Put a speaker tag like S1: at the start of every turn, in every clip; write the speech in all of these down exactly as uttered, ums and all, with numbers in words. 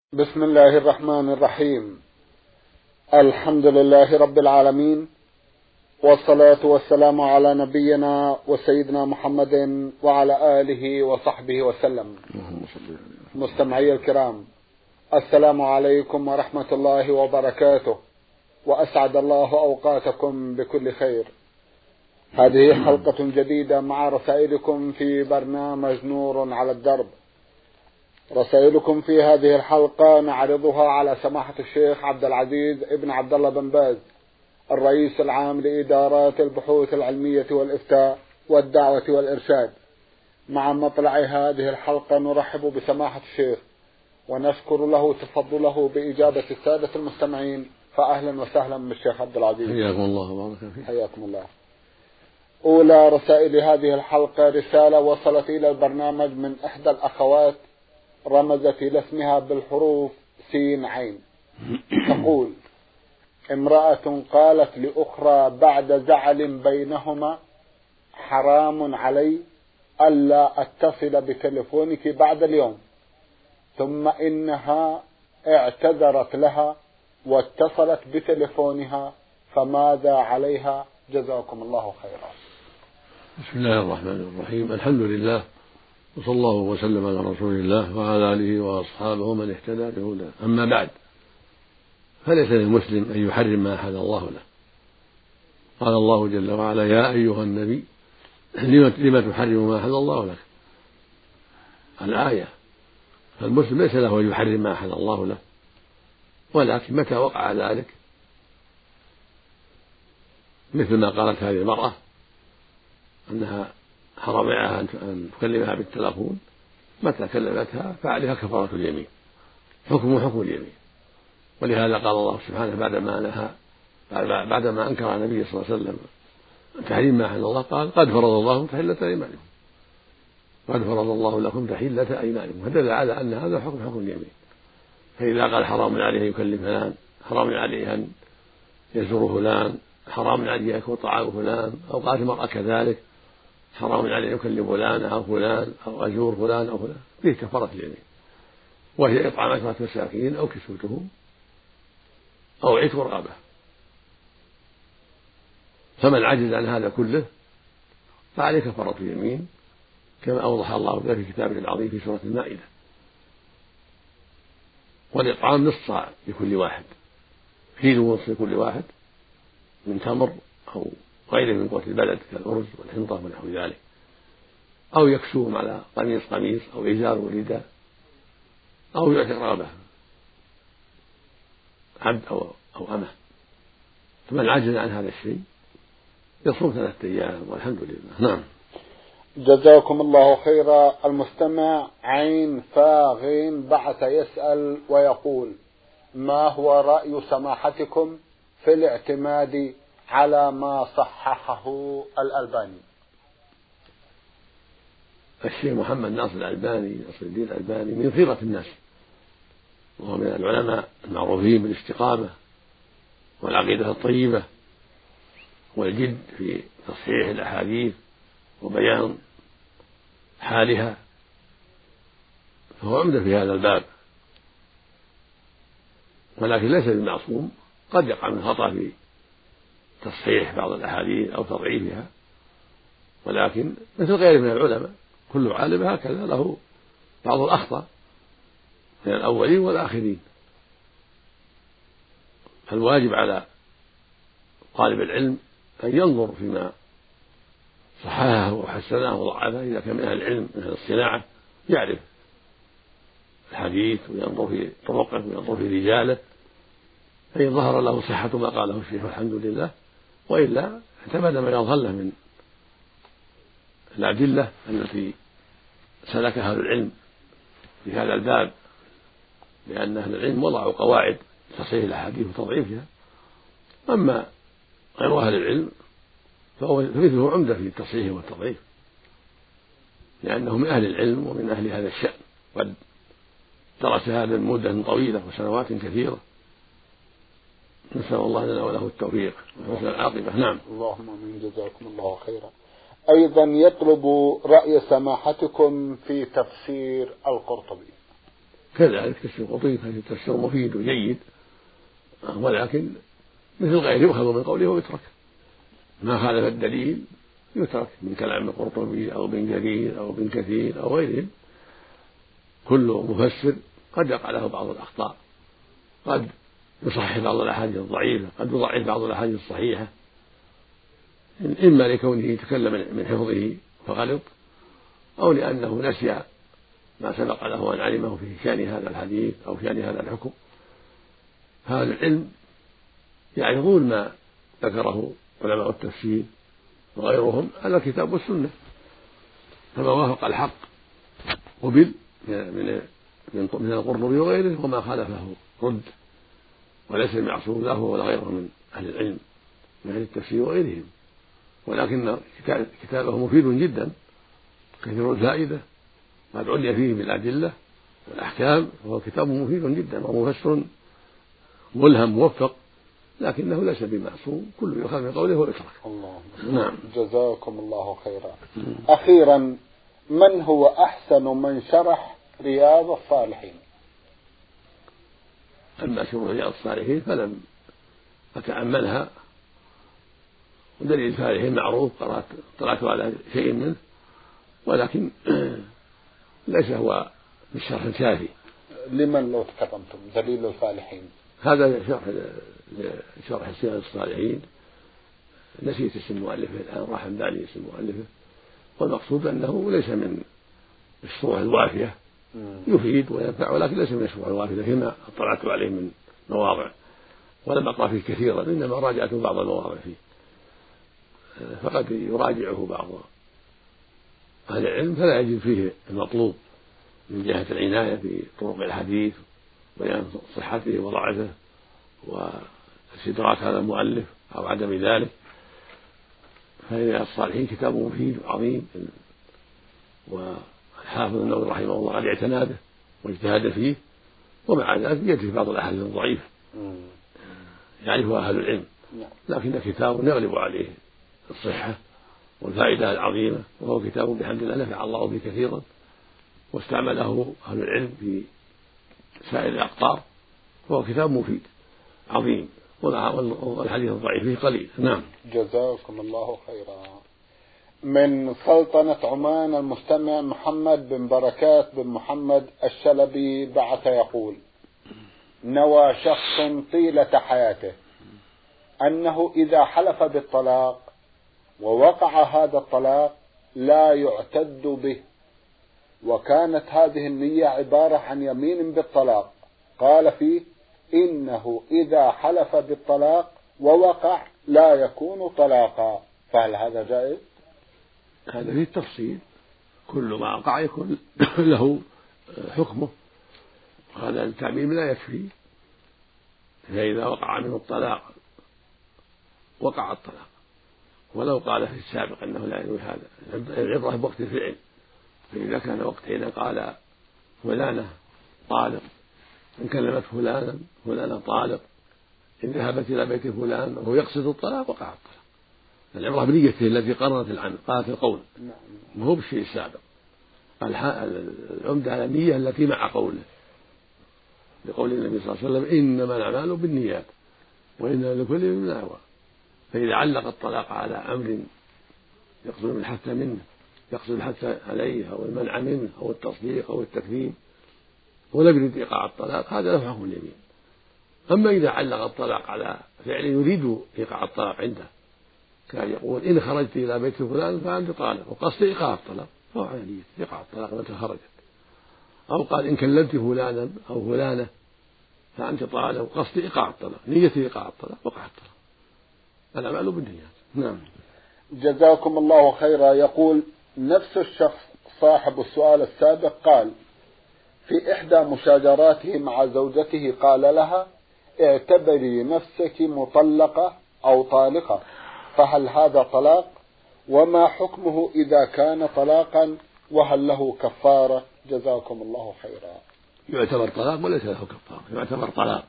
S1: بسم الله الرحمن الرحيم. الحمد لله رب العالمين، والصلاة والسلام على نبينا وسيدنا محمد وعلى آله وصحبه وسلم. مستمعي الكرام، السلام عليكم ورحمة الله وبركاته، وأسعد الله أوقاتكم بكل خير. هذه حلقة جديدة مع رسائلكم في برنامج نور على الدرب. رسائلكم في هذه الحلقة نعرضها على سماحة الشيخ عبد العزيز ابن عبد الله بن باز، الرئيس العام لإدارات البحوث العلمية والإفتاء والدعوة والإرشاد. مع مطلع هذه الحلقة نرحب بسماحة الشيخ ونشكر له تفضله بإجابة السادة المستمعين، فأهلا وسهلا بالشيخ عبد العزيز.
S2: حياكم الله وبارك فيك.
S1: حياكم الله. أولى رسائل هذه الحلقة رسالة وصلت إلى البرنامج من إحدى الأخوات، رمزت إلى اسمها بالحروف سين عين. تقول: امرأة قالت لأخرى بعد زعل بينهما: حرام علي ألا أتصل بتلفونك بعد اليوم. ثم إنها اعتذرت لها واتصلت بتلفونها، فماذا عليها؟ جزاكم الله خيرا.
S2: بسم الله الرحمن الرحيم. الحمد لله، وصلى الله وسلم على رسول الله وعلى آله وأصحابه من اهتدى بهداه. أما بعد، فليس للمسلم أن يحرم ما أحل الله له. قال الله جل وعلا: يا أيها النبي لم تحرم ما أحل الله لك، الآية. فالمسلم ليس له أن يحرم ما أحل الله له، ولكن متى وقع ذلك، مثل ما قالت هذه المرأة أنها حرم عليها أن تكلمها بالتلفون، متى كلمتها فعليها كفارة اليمين، حكم حكم اليمين. ولهذا قال الله سبحانه بعدما نهى بعدما أنكر النبي صلى الله عليه وسلم تحريم ما أحل الله، قال: قد فرض الله تحلة أيمانكم، قد فرض الله لكم تحلة أيمانكم. فدل على أن هذا حكم حكم اليمين. فإذا قال حرام عليه يكلم فلان، حرام عليه أن يزور فلان، حرام عليه يكون طعام فلان، أو قالت المرأة كذلك: حرام عليه يكلم فلان أو فلان أو أزور فلان أو فلان، فيه كفارة اليمين، وهي إطعام عشرة مساكين أو كسوتهم أو عتق رقبة. فمن عجز عن هذا كله فعليه كفارة اليمين، كما أوضح الله ذلك في كتابه العظيم في سورة المائدة. والإطعام نصف صاع لكل واحد، كيلو ونصف لكل واحد من تمر أو غيره من قوت البلد كالأرز والحنطة ونحو ذلك، أو يكسوهم على قميص قميص أو إزار ورداء، أو يعتق رقبة عبد أو أو أمة. فمن عجز عن هذا الشيء يصوم ثلاثة أيام والحمد لله. نعم.
S1: جزاكم الله خيرا. المستمع عين فاغين بعث يسأل ويقول: ما هو رأي سماحتكم في الاعتماد على ما صححه الألباني؟
S2: الشيخ محمد ناصر الألباني ناصر الدين الألباني من خيرة الناس، وهو من العلماء المعروفين بالاستقامة والعقيدة الطيبة والجد في تصحيح الأحاديث وبيان حالها، فهو عمدة في هذا الباب. ولكن ليس بالمعصوم، قد يقع من خطأ في تصحيح بعض الأحاديث أو تضعيفها، ولكن مثل غيره من العلماء كل عالم هكذا له بعض الأخطاء من الأولين والآخرين. فالواجب على طالب العلم أن ينظر فيما صححه وحسنه وضعفه، إذا كان من أهل العلم من أهل الصناعة يعرف الحديث وينظر في طرقه وينظر في رجاله، فإن ظهر له صحة ما قاله الشيخ الحمد لله، وإلا اعتمد ما يظهر له من الأدلة التي سلكها أهل العلم في هذا الباب، لأن أهل العلم وضعوا قواعد تصحيح الأحاديث وتضعيفها. أما غير أهل العلم فمثله عمدة في التصحيح والتضعيف، لأنه من أهل العلم ومن أهل هذا الشأن، قد درس هذا مدة طويلة وسنوات كثيرة. نسأل الله لنا وله التوفيق وحسن العاقبة. نعم.
S1: اللهم آمين. جزاكم الله خيرا. أيضا يطلب رأي سماحتكم في تفسير القرطبي.
S2: كذلك تفسير القرطبي تفسير مفيد وجيد، ولكن مثل غيره يؤخذ من قوله ويترك، ما خالف الدليل يترك من كلام القرطبي أو ابن جرير أو ابن كثير أو غيرهم. كل مفسر قد يقع له بعض الأخطاء، قد يصحح بعض الأحاديث الضعيفة، قد يضعف بعض الأحاديث الصحيحة، إما لكونه يتكلم من حفظه فغلط، أو لأنه نسي ما سبق له أن علمه في شأن هذا الحديث أو شأن هذا الحكم. هذا العلم يعرضون ما ذكره علماء التفسير وغيرهم على الكتاب والسنة، فما وافق الحق قبل من من القرطبي وغيره، وما خالفه رد، وليس المعصوم له ولا غيره من أهل العلم من أهل التفسير وغيرهم، ولكن كتابه مفيد جدا كثير الفائدة، قد علي فيه بالأدلة والأحكام، وهو كتاب مفيد جدا ومفسر ملهم موفق، لكنه ليس بمعصوم، كل يؤخذ من قوله ويترك.
S1: الله.
S2: نعم.
S1: جزاكم الله خيرا. أخيرا، من هو أحسن من شرح رياض الصالحين؟
S2: أما شروح رياض الصالحين فلم أتأملها، ودليل الفارحين معروف، قرأت طلعت على شيء منه، ولكن ليس هو بالشرح الكافي.
S1: لمن لو تكرمتم دليل الفالحين؟
S2: هذا شرح شرح رياض الصالحين، نسيت اسم مؤلفه الآن، راح من بالي اسم مؤلفه، والمقصود أنه ليس من الشروح الوافية، يفيد وينفع ولكن ليس من الشروح الوافية كما اطلعت عليه من مواضع، ولم أقرأ فيه كثيرا، إنما راجعت بعض المواضع فيه، فقد يراجعه بعض أهل العلم فلا يجد فيه المطلوب من جهة العناية بطرق الحديث وبيان صحته وضعفه واستدراك هذا المؤلف أو عدم ذلك. فرياض الصالحين كتاب مفيد وعظيم، والحافظ النووي رحمه الله قد اعتنى به واجتهد فيه، ومع ذلك يجد في بعض الأحاديث الضعيفة يعرفها أهل العلم، لكن كتاب يغلب عليه الصحة والفائدة العظيمة، وهو كتاب بحمد الله نفع الله به كثيرا، واستعمله أهل العلم في سائر الأقطار، وهو كتاب مفيد عظيم، والحديث الضعيف فيه قليل. نعم.
S1: جزاكم الله خيرا. من سلطنة عمان المستمع محمد بن بركات بن محمد الشلبي بعث يقول: نوى شخص طيلة حياته أنه إذا حلف بالطلاق ووقع هذا الطلاق لا يعتد به، وكانت هذه النية عبارة عن يمين بالطلاق، قال فيه إنه إذا حلف بالطلاق ووقع لا يكون طلاقا، فهل هذا جائز؟
S2: هذا فيه التفصيل، كل ما وقع يكون له حكمه، هذا التعميم لا يكفي، فإذا وقع منه الطلاق وقع الطلاق، ولو قال في السابق أنه لا ينوي هذا، العبرة بوقت الفعل، فإذا كان وقت حين قال فلانة طالق، إن كلمت فلانا فلانة طالق، إن ذهبت إلى بيت فلان وهو يقصد الطلاق وقع الطلاق، العبرة بنيته التي قررت العمل، قالت القول وهو بالشيء السابق، العمدة على النية التي مع قوله، لقول النبي صلى الله عليه وسلم إنما الأعمال بالنيات وإنما لكل امرئ ما نوى، فإذا علق الطلاق على أمر يقصد الحث منه، يقصد الحث عليه أو المنع منه أو التصديق أو التكذيب ولم يريد إيقاع الطلاق، هذا له حكم اليمين. أما إذا علق الطلاق على فعل يريد إيقاع الطلاق عنده، كان يقول إن خرجت إلى بيت فلان فأنت طالق، وقصد إيقاع الطلاق، فهو على نية إيقاع الطلاق متى خرجت، أو قال إن كلمت فلانا أو فلانة فأنت طالق، وقصد إيقاع الطلاق، نية إيقاع الطلاق، وقع الطلاق، الأعمال بالنيات. نعم.
S1: جزاكم الله خيرا. يقول نفس الشخص صاحب السؤال السابق قال: في إحدى مشاجراته مع زوجته قال لها: اعتبري نفسك مطلقة أو طالقة، فهل هذا طلاق؟ وما حكمه إذا كان طلاقا؟ وهل له كفارة؟ جزاكم الله خيرا.
S2: يعتبر طلاق وليس له كفارة، يعتبر طلاق،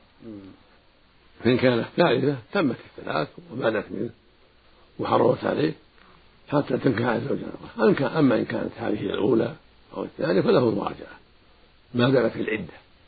S2: فإن كانت ثالثة تمت الثلاث وبانت منه وحرمت عليه حتى تنكح زوجها، أما إن كانت هذه الأولى أو الثانية فله المراجعة ما دامت في العدة،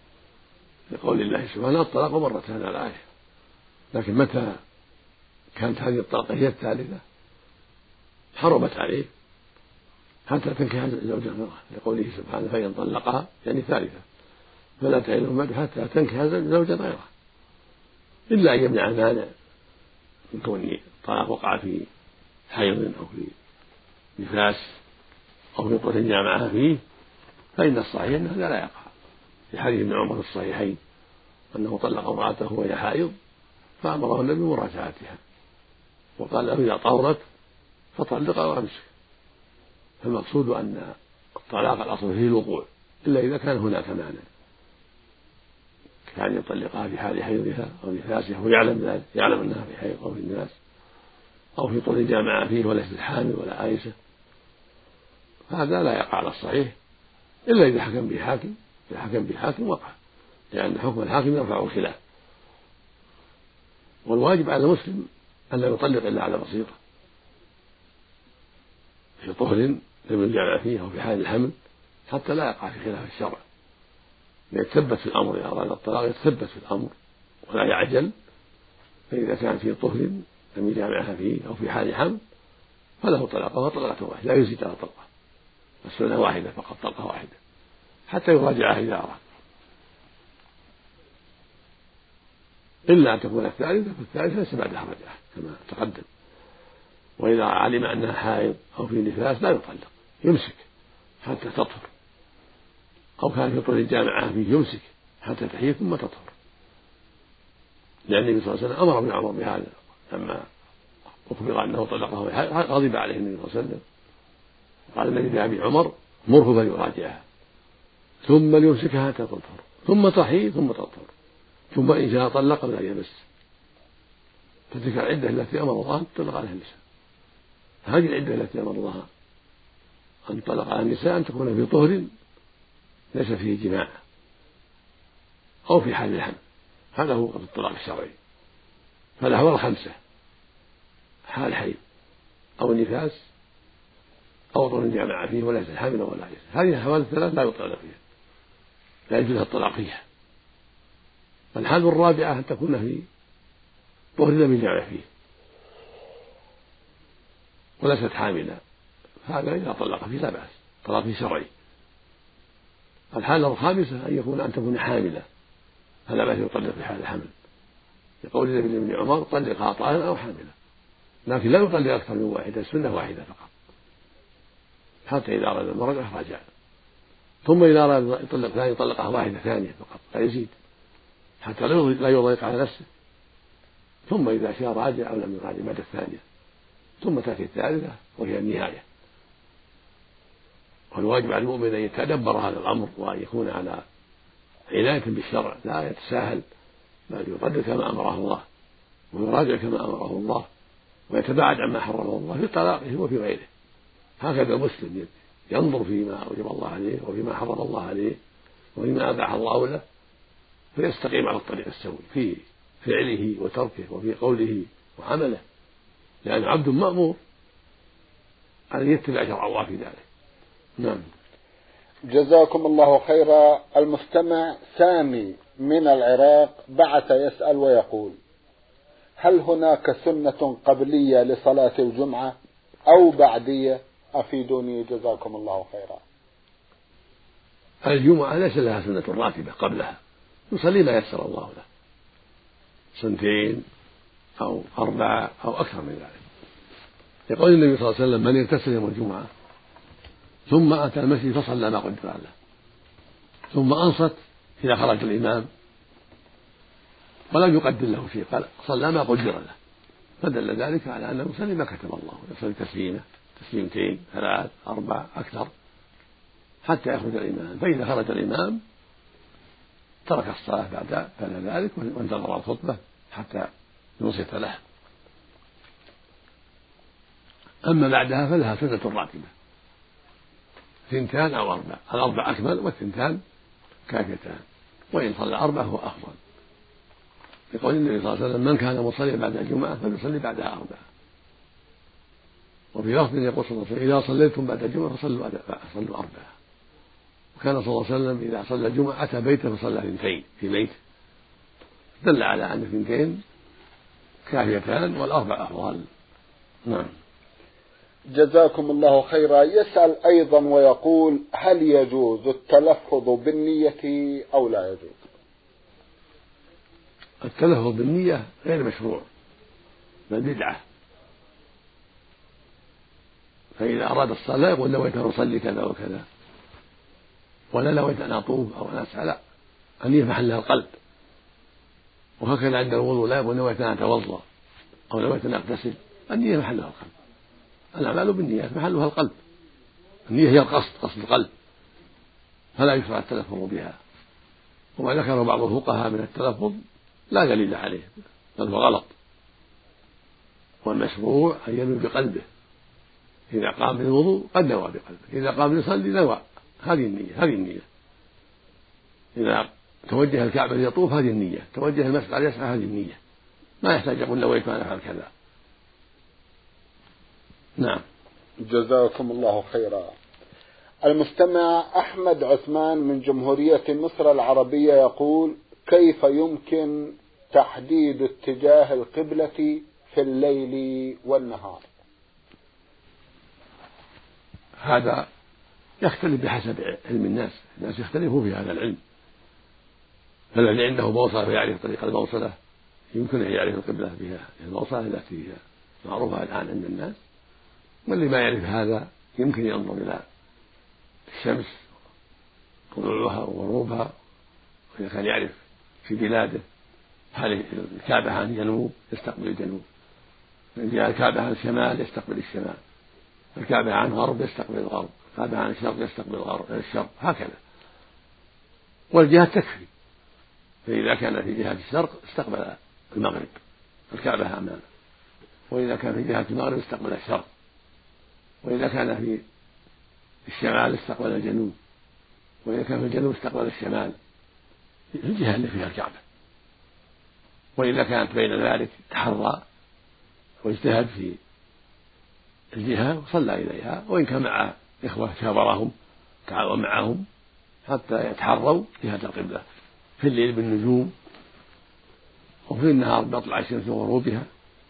S2: لقول الله سبحانه الطلاق مرتان على الآية. لكن متى كانت هذه الطلقة هي الثالثة حرمت عليه حتى تنكح زوجة غيرها، لقوله سبحانه فإن طلقها يعني ثالثة فلا تحل بعد حتى تنكح زوجة غيرها، إلا أن يمنع مانع من كون الطلاق وقع في حيض أو في نفاس أو في طهر جامعها فيه، فإن الصحيح أن هذا لا يقع، في حديث ابن عمر في الصحيحين أنه طلق امرأته وهي حائض فأمره النبي بمراجعتها وقال له إذا طهرت فطلقها وأمسك. فالمقصود أن الطلاق الأصل فيه الوقوع إلا إذا كان هناك مانع، كان يطلقها في حال حيضها أو نفاسها ويعلم ذلك، يعلم أنها في حيض أو في نفاس أو في طهر جامعة فيه وليست حامل ولا آيسة، فهذا لا يقع على الصحيح إلا إذا حكم به حاكم، إذا حكم به حاكم وقع، لأن حكم الحاكم يرفع الخلاف. والواجب على المسلم أن لا يطلق إلا على بسيطة في طهر لم يجامع فيه أو في حال الحمل حتى لا يقع في خلاف الشرع، يتثبت في الأمر إذا أراد الطلاق يتثبت في الأمر ولا يعجل. فإذا كان في طهر لم يجامعها فيه أو في حال حمل فله طلاقة وطلقة واحدة لا يزيد على طلقة، السنة واحدة فقط، طلقة واحدة حتى يراجعها إذا أراد، إلا أن تكون الثالثة، فالثالثة ليس بعدها رجعة كما تقدم. وإذا علم أنها حائض أو في نفاس لا يطلق، يمسك حتى تطهر، أو كان في طهر الجامعة فيه يمسك حتى تحيض ثم تطهر، لأن النبي صلى الله عليه وسلم أمر ابن عمر بهذا لما أخبر أنه طلقه غضب عليه النبي صلى الله عليه وسلم، قال النبي لأبي عمر مره فليراجعها ثم ليمسكها حتى تطهر ثم تحيض ثم تطهر ثم إن شاء طلق لا يمس. فتلك العدة التي أمر الله أن تطلق عليها النساء. هذه العدة التي أمر الله أن تطلق على النساء أن تكون في طهر ليس فيه جماع أو في حال الحمل، هذا هو الطلاق الشرعي. فالأحوال خمسة: حال حيض أو النفاس أو طهر جامع فيه وليس حامل ولا عيسى، هذه الأحوال الثلاث لا يطلق فيها، لا يجوز الطلاق فيها. الحال الرابعة أن تكون في طهر لم يجامع فيه وليست حاملة، هذا إذا طلق فيه لا بأس، طلاق فيه شرعي. الحالة الخامسة أن يكون أن تكون حاملة، فلا بأس يطلق في حال الحمل، يقول النبي ابن عمر طلقها طاهرا أو حاملة، لكن لا يطلق أكثر من واحدة، السنة واحدة فقط حتى إذا أراد المرجع رجع، ثم إذا أراد يطلق ثاني يطلقها واحدة ثانية فقط لا يزيد حتى لا يضيق على نفسه، ثم إذا شاء راجع أو لم يراجع بعد الثانية، ثم تأتي الثالثة وهي النهاية. والواجب على المؤمن أن يتدبر هذا الأمر وأن يكون على عناية بالشرع، لا يتساهل بل يقدر كما أمره الله ويراجع كما أمره الله ويتباعد عما حرمه الله في طلاقه وفي غيره. هكذا المسلم ينظر فيما أوجب الله عليه وفيما حرم الله عليه وفيما أباح الله له، فيستقيم على الطريق السوي في فعله وتركه وفي قوله وعمله، لأن عبد مأمور أن يتبع شرع الله في ذلك. نعم.
S1: جزاكم الله خيرا. المستمع سامي من العراق بعث يسأل ويقول: هل هناك سنة قبلية لصلاة الجمعة أو بعدية؟ أفيدوني جزاكم الله خيرا.
S2: الجمعة ليس لها سنة راتبة قبلها، يصلي ما يسر الله له، سنتين أو أربعة أو أكثر من ذلك. يقول النبي صلى الله عليه وسلم: من اغتسل يوم الجمعة ثم أتى المسجد فصلى ما قدر له ثم أنصت إذا خرج الإمام ولم يقدر له شيء، قال صلى ما قدر له، فدل ذلك على أنه يصلي ما كتب الله، يصلي تسليمة تسليمتين ثلاث أربع أكثر حتى يخرج الإمام، فإذا خرج الإمام ترك الصلاة بعد ذلك وانتظر الخطبة حتى ينصت له. أما بعدها فلها سنة راتبة، ثنتان أو أربع، الأربع أكمل والثنتان كافيتان، وإن صلى أربع هو أفضل. يقول النبي صلى الله عليه وسلم: من كان مصليا بعد الجمعة فليصلي بعدها أربعة. وفي لفظ يقول صلى الله عليه وسلم: إذا صليتم بعد الجمعة فصلوا أربعة. وكان صلى الله عليه وسلم إذا صلى الجمعة أتى بيته فصلى اثنتين في بيته، دل على أن اثنتين كافيتان والأربع أفضل. نعم.
S1: جزاكم الله خيرا. يسأل أيضا ويقول: هل يجوز التلفظ بالنية أو لا يجوز؟
S2: التلفظ بالنية غير مشروع بل بدعة، فإذا أراد الصلاة يقول نويت أن أصلي كذا وكذا، ولا نويت أن أطوف أو أن أسعى، لا، النية محلها القلب. وهكذا عند الوضوء لا يقول نويت أن أتوضأ أو نويت أن أغتسل، النية محلها القلب. الأعمال بالنيات محلها القلب، النية هي القصد، قصد القلب، فلا يشرع التلفظ بها. وما ذكر بعض الفقهاء من التلفظ لا دليل عليه بل هو غلط، والمشروع أن ينوي بقلبه. إذا قام بالوضوء قد نوى بقلبه، إذا قام يصلي نوى، هذه النية هذه النية. إذا توجه الكعبة ليطوف هذه النية، توجه المسجد على يسعى هذه النية، ما يحتاج يقول نويت أن أفعل كذا. نعم.
S1: جزاكم الله خيرا. المستمع أحمد عثمان من جمهورية مصر العربية يقول: كيف يمكن تحديد اتجاه القبلة في الليل والنهار؟
S2: هذا يختلف بحسب علم الناس، الناس يختلفوا في هذا العلم، فالذي عنده بوصلة فيعرف طريق البوصلة يمكن أن يعرف القبلة بها البوصلة التي هي معروفة الآن عند الناس، واللي ما يعرف هذا يمكن ينظر إلى الشمس طلوعها وغروبها، وإذا كان يعرف في بلاده هل الكعبة عن الجنوب يستقبل الجنوب، إن جاء الكعبة عن الشمال يستقبل الشمال، الكعبة عن الغرب يستقبل الغرب، الكعبة عن الشرق يستقبل الغرب الشرق، هكذا. والجهة تكفي، فإذا كان في جهة الشرق استقبل المغرب الكعبة أمامه، وإذا كان في جهة المغرب استقبل الشرق، وإذا كان في الشمال استقبل الجنوب، وإذا كان في الجنوب استقبل الشمال في الجهة اللي فيها الكعبة. وإذا كانت بين ذلك تحرى واجتهد في الجهة وصلى إليها، وإن كان مع إخوة شاورهم تعاون معهم حتى يتحروا جهة القبلة في الليل بالنجوم، وفي النهار بطلع الشمس وغروبها،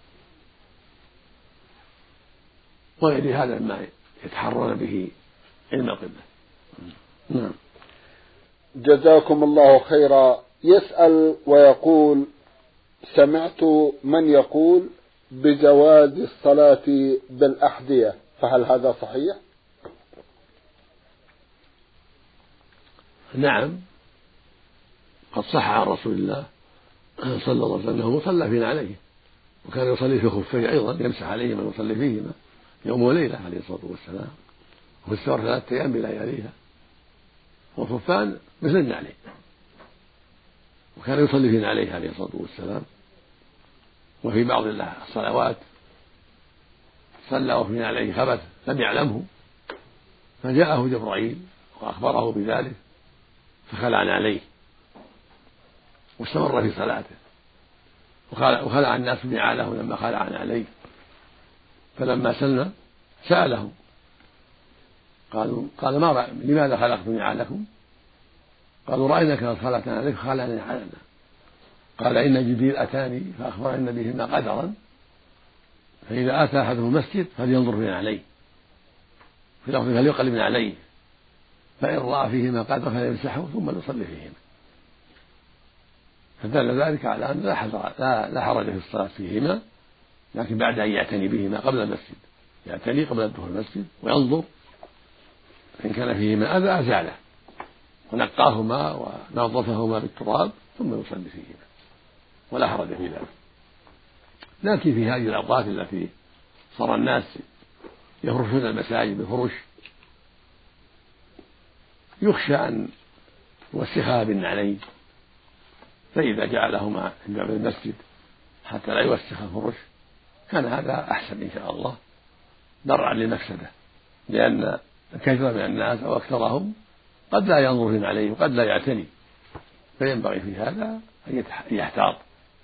S2: وغير هذا مما يتحرون به علم القبلة. نعم.
S1: جزاكم الله خيرا. يسأل ويقول: سمعت من يقول بجواز الصلاة بالأحذية، فهل هذا صحيح؟
S2: نعم، قد صح عن رسول الله صلى الله عليه وسلم أنه صلى فينا عليه، وكان يصلي في خفيه أيضا يمسح عليهما ويصلي فيهما يوم وليلة عليه الصلاة والسلام، وفي السفر ثلاثة أيام بلياليها، والخفان مثل النعلين، وكان يصلي فينا عليه عليه الصلاة والسلام. وفي بعض الصلوات صلى وفينا عليه خبث لم يعلمه، فجاءه جبرائيل وأخبره بذلك فخلعنا عليه واستمر في صلاته، وخلع الناس نعاله لما خلعنا عليه، فلما سلم سألهم قالوا قال ما رأي لماذا خلقتم نعالكم؟ قالوا رأيناك قد خلعتنا عليك فخلعنا نعالنا. قال إن جبريل أتاني فأخبرني بهما قدرا، فإذا أتى أحدهم المسجد فلينظر فينا عليه، في لفظ فليقلب عليه، فإن رأى فيهما قدرا فليمسحه ثم يصلي فيهما. فدل ذلك على أن لا حرج لا, لا حرج في الصلاة فيهما، لكن بعد أن يعتني بهما قبل المسجد، يعتني قبل الدخول المسجد وينظر، إن كان فيهما أذى أزاله ونقاهما ونظفهما بالتراب ثم يصلي فيهما، ولا حرج في ذلك. لكن في هذه الأوقات التي صار الناس يفرشون المساجد بفرش يخشى أن يوسخها بالنعلين، فإذا جعلهما عند باب المسجد حتى لا يوسخ الفرش كان هذا أحسن إن شاء الله، درعا للمفسدة، لأن كثير من الناس أو أكثرهم قد لا ينظر عليه وقد لا يعتني، فينبغي في هذا أن يحتاط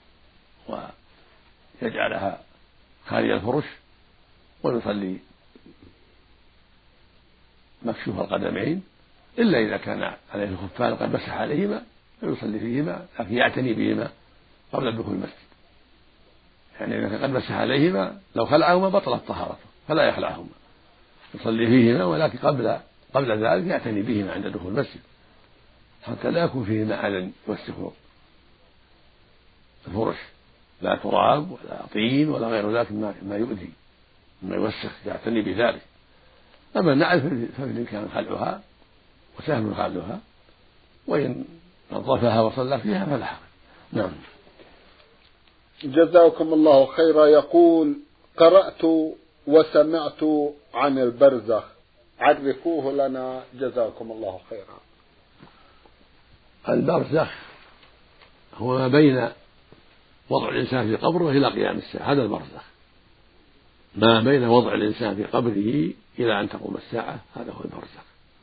S2: ويجعلها خارج الفرش ويصلي مكشوف القدمين إلا إذا كان عليه الخفان قد مسح عليهما فيصلي فيهما، لكن يعتني بهما قبل الدخول المسجد. يعني إذا كان قد مسح عليهما لو خلعهما بطلت طهارته فلا يخلعهما، يصلي فيهما، ولكن قبل قبل ذلك يعتني بهما عند دخول المسجد حتى لا يكون فيهما أذى يوسخ الفرش، لا تراب ولا طين ولا غير ذلك ما يؤذي ما يوسخ، يعتني بذلك. أما النعل فبالإمكان خلعها وسهل خلعها، وإن نظفها وصلى فيها فلا حرج. نعم.
S1: جزاكم الله خيرا. يقول: قرأت وسمعت عن البرزخ، عرفوه لنا جزاكم الله خيرا.
S2: البرزخ هو ما بين وضع الإنسان في قبره إلى قيام الساعة، هذا البرزخ. ما بين وضع الإنسان في قبره إلى أن تقوم الساعة هذا هو البرزخ.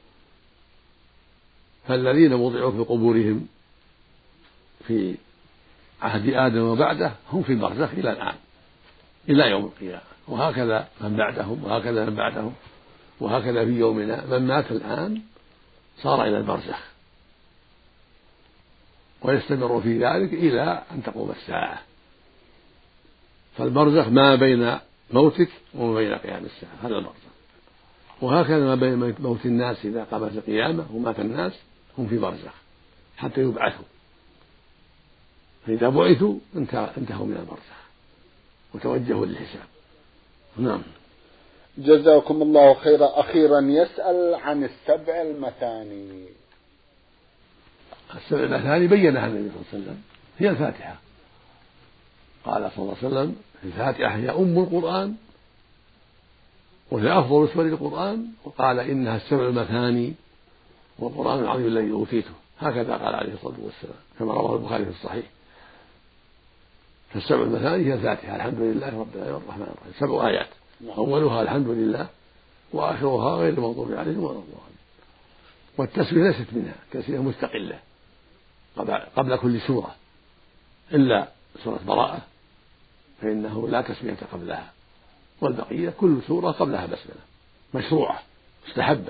S2: فالذين وضعوا في قبورهم في عهد آدم وبعده هم في البرزخ إلى الآن إلى يوم القيامة، وهكذا من بعدهم وهكذا من بعدهم وهكذا في يومنا من مات الآن صار إلى البرزخ، ويستمر في ذلك إلى أن تقوم الساعة. فالبرزخ ما بين موتك وما بين قيام الساعة، هذا البرزخ. وهكذا ما بين موت الناس إذا قامت القيامة ومات الناس هم في برزخ حتى يبعثوا، فإذا بعثوا انتهوا من البرزخ وتوجهوا للحساب. نعم.
S1: جزاكم الله خيرا. أخيرا يسأل عن السبع المثاني.
S2: السبع المثاني بينها النبي صلى الله عليه وسلم، هي الفاتحة. قال صلى الله عليه وسلم: الفاتحة هي أم القرآن وهي أفضل سور القرآن، وقال: إنها السبع المثاني والقرآن العظيم الذي أوتيته، هكذا قال عليه الصلاة والسلام كما رواه البخاري في الصحيح. فالسبع المثاني هي الفاتحة، الحمد لله رب العالمين الرحمن الرحيم، سبع آيات، أولها الحمد لله وآخرها غير المغضوب عليهم ولا الضالين. والتسمية ليست منها، تسمية مستقلة قبل كل سورة إلا سورة براءة فإنه لا تسمية قبلها، والبقية كل سورة قبلها بسملة مشروعة مستحبة.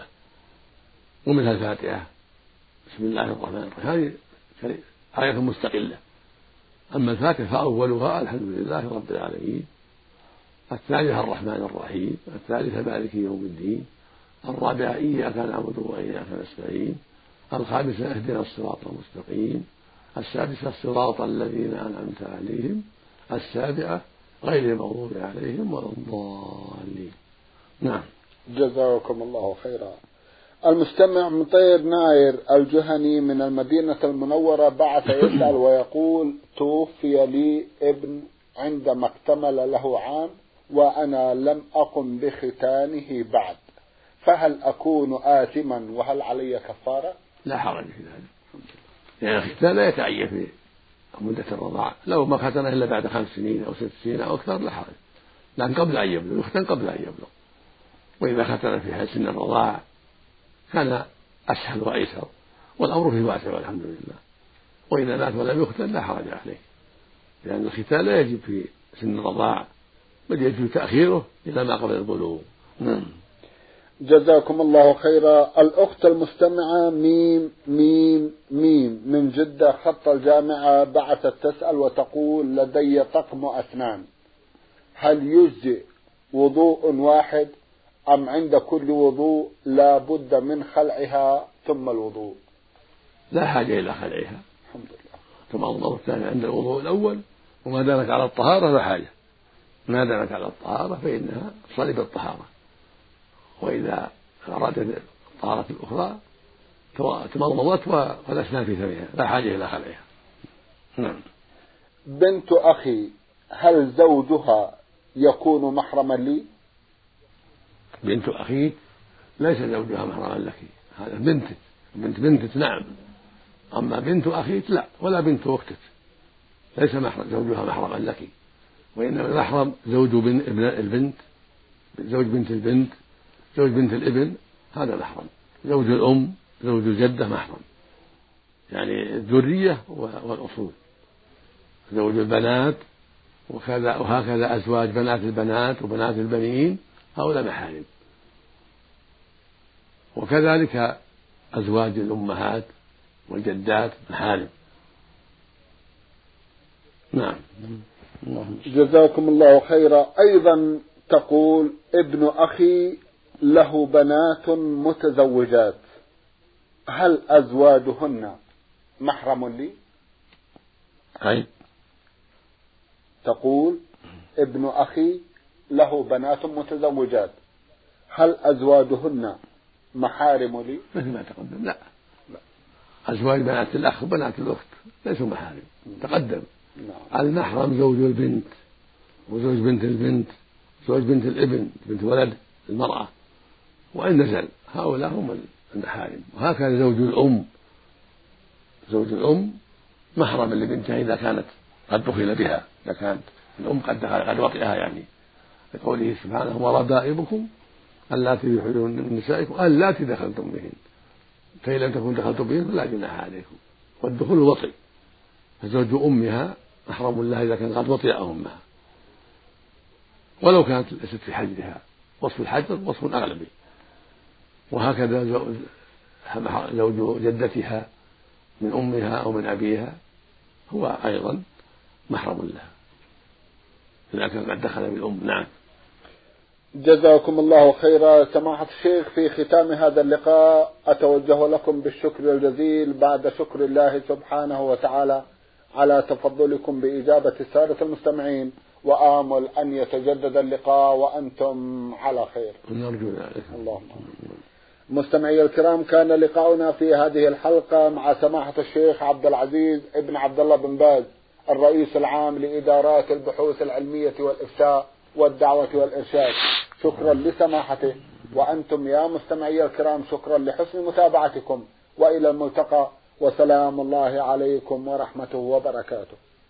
S2: ومنها الفاتحة بسم الله الرحمن الرحيم، هذه آية مستقلة. أما الفاتحة فأولها الحمد لله رب العالمين، الثانية الرحمن الرحيم، الثالثة مالك يوم الدين، الرابعة إياك نعبد وإياك نستعين، الخامسة اهدنا الصراط المستقيم، السادسة الصراط الذين أنعمت عليهم، السابعة غير المغضوب عليهم ولا الضالين. نعم.
S1: جزاكم الله خيرا. المستمع مطير ناير الجهني من المدينة المنورة بعث يسأل ويقول: توفي لي ابن عندما اكتمل له عام وأنا لم أقم بختانه بعد، فهل أكون آثما وهل علي كفارة؟
S2: لا حرج في ذلك، لأن يعني الختان لا يتعين في مدة الرضاعة، لو ما ختنه إلا بعد خمس سنين أو ست سنين أو أكثر لا حرج، لكن قبل أن يبلغ، يختن قبل أن يبلغ. وإذا ختن في سن الرضاعة كان أسهل وأيسر، والأمر فيه واسع والحمد لله. وإذا مات ولم يختن لا حرج عليه، لأن الختان لا يجب في سن الرضاعة بل يجب تأخيره إلى ما قبل البلوغ. نعم.
S1: جزاكم الله خيرا. الأخت المستمعة ميم ميم ميم من جدة خط الجامعة بعثت تسأل وتقول: لدي طقم أسنان، هل يجزئ وضوء واحد أم عند كل وضوء لا بد من خلعها ثم الوضوء؟
S2: لا حاجة إلى خلعها،
S1: الحمد لله.
S2: كما الله الثاني عند الوضوء الأول، وما دامت على الطهارة لا حاجة، ما دامت على الطهارة فإنها تصلي بالطهارة، وإذا أرادت الطهارة الأخرى تمضمضت والأسنان في فمها، لا حاجة إلى خلعها. نعم.
S1: بنت أخي هل زوجها يكون محرما لي؟
S2: بنت أخيك ليس زوجها محرما لك، هذا بنتك، بنت بنتك نعم، أما بنت أخيك لا، ولا بنت أختك ليس محرم زوجها محرما لك، وإنما المحرم زوج بن البنت، زوج بنت البنت، زوج بنت الابن، هذا محرم. زوج الأم، زوج الجدة محرم، يعني الذرية والأصول. زوج البنات وكذا وهكذا أزواج بنات البنات وبنات البنين هؤلاء محارم. وكذلك أزواج الأمهات والجدات محارم. نعم.
S1: جزاكم الله خيرا. أيضا تقول ابن أخي له بنات متزوجات، هل أزواجهن محرم لي؟
S2: أي
S1: تقول ابن أخي له بنات متزوجات، هل أزواجهن محارم لي؟
S2: مثل ما تقدم. لا, لا. أزواج بنات الأخ وبنات الأخت ليسوا محارم. تقدم. نعم. المحرم زوج البنت وزوج بنت البنت، زوج بنت الابن، بنت ولد المرأة، وإن نزل هؤلاء هم المحارم. وهكذا زوج الأم، زوج الأم محرم لبنتها إذا كانت قد دخل بها، إذا كانت الأم قد دخل قد وطئها، يعني لقوله سبحانه وربائبكم اللاتي في حجور من نسائكم اللاتي دخلتم بهن، فإن لم تكونوا دخلتم بهن فلا جناح عليكم. والدخول وطئ، فزوج أمها محرم لها إذا كان قد وطئ أمها ولو كانت ليست في حجرها. وصف الحجر وصف أغلبي. وهكذا زوج جدتها من أمها أو من أبيها هو أيضا محرم لها إذا كان قد دخل بالأم. نعم.
S1: جزاكم الله خيرا. سماحة الشيخ، في ختام هذا اللقاء أتوجه لكم بالشكر الجزيل بعد شكر الله سبحانه وتعالى على تفضلكم بإجابة السادة المستمعين، وآمل أن يتجدد اللقاء وأنتم على خير.
S2: نرجو ذلك.
S1: اللهم. مستمعي الكرام، كان لقاؤنا في هذه الحلقة مع سماحة الشيخ عبد العزيز ابن عبد الله بن باز، الرئيس العام لإدارات البحوث العلمية والإفتاء والدعوة والإرشاد. شكرا لسماحته، وأنتم يا مستمعي الكرام شكرا لحسن متابعتكم، وإلى الملتقى، وسلام الله عليكم ورحمته وبركاته.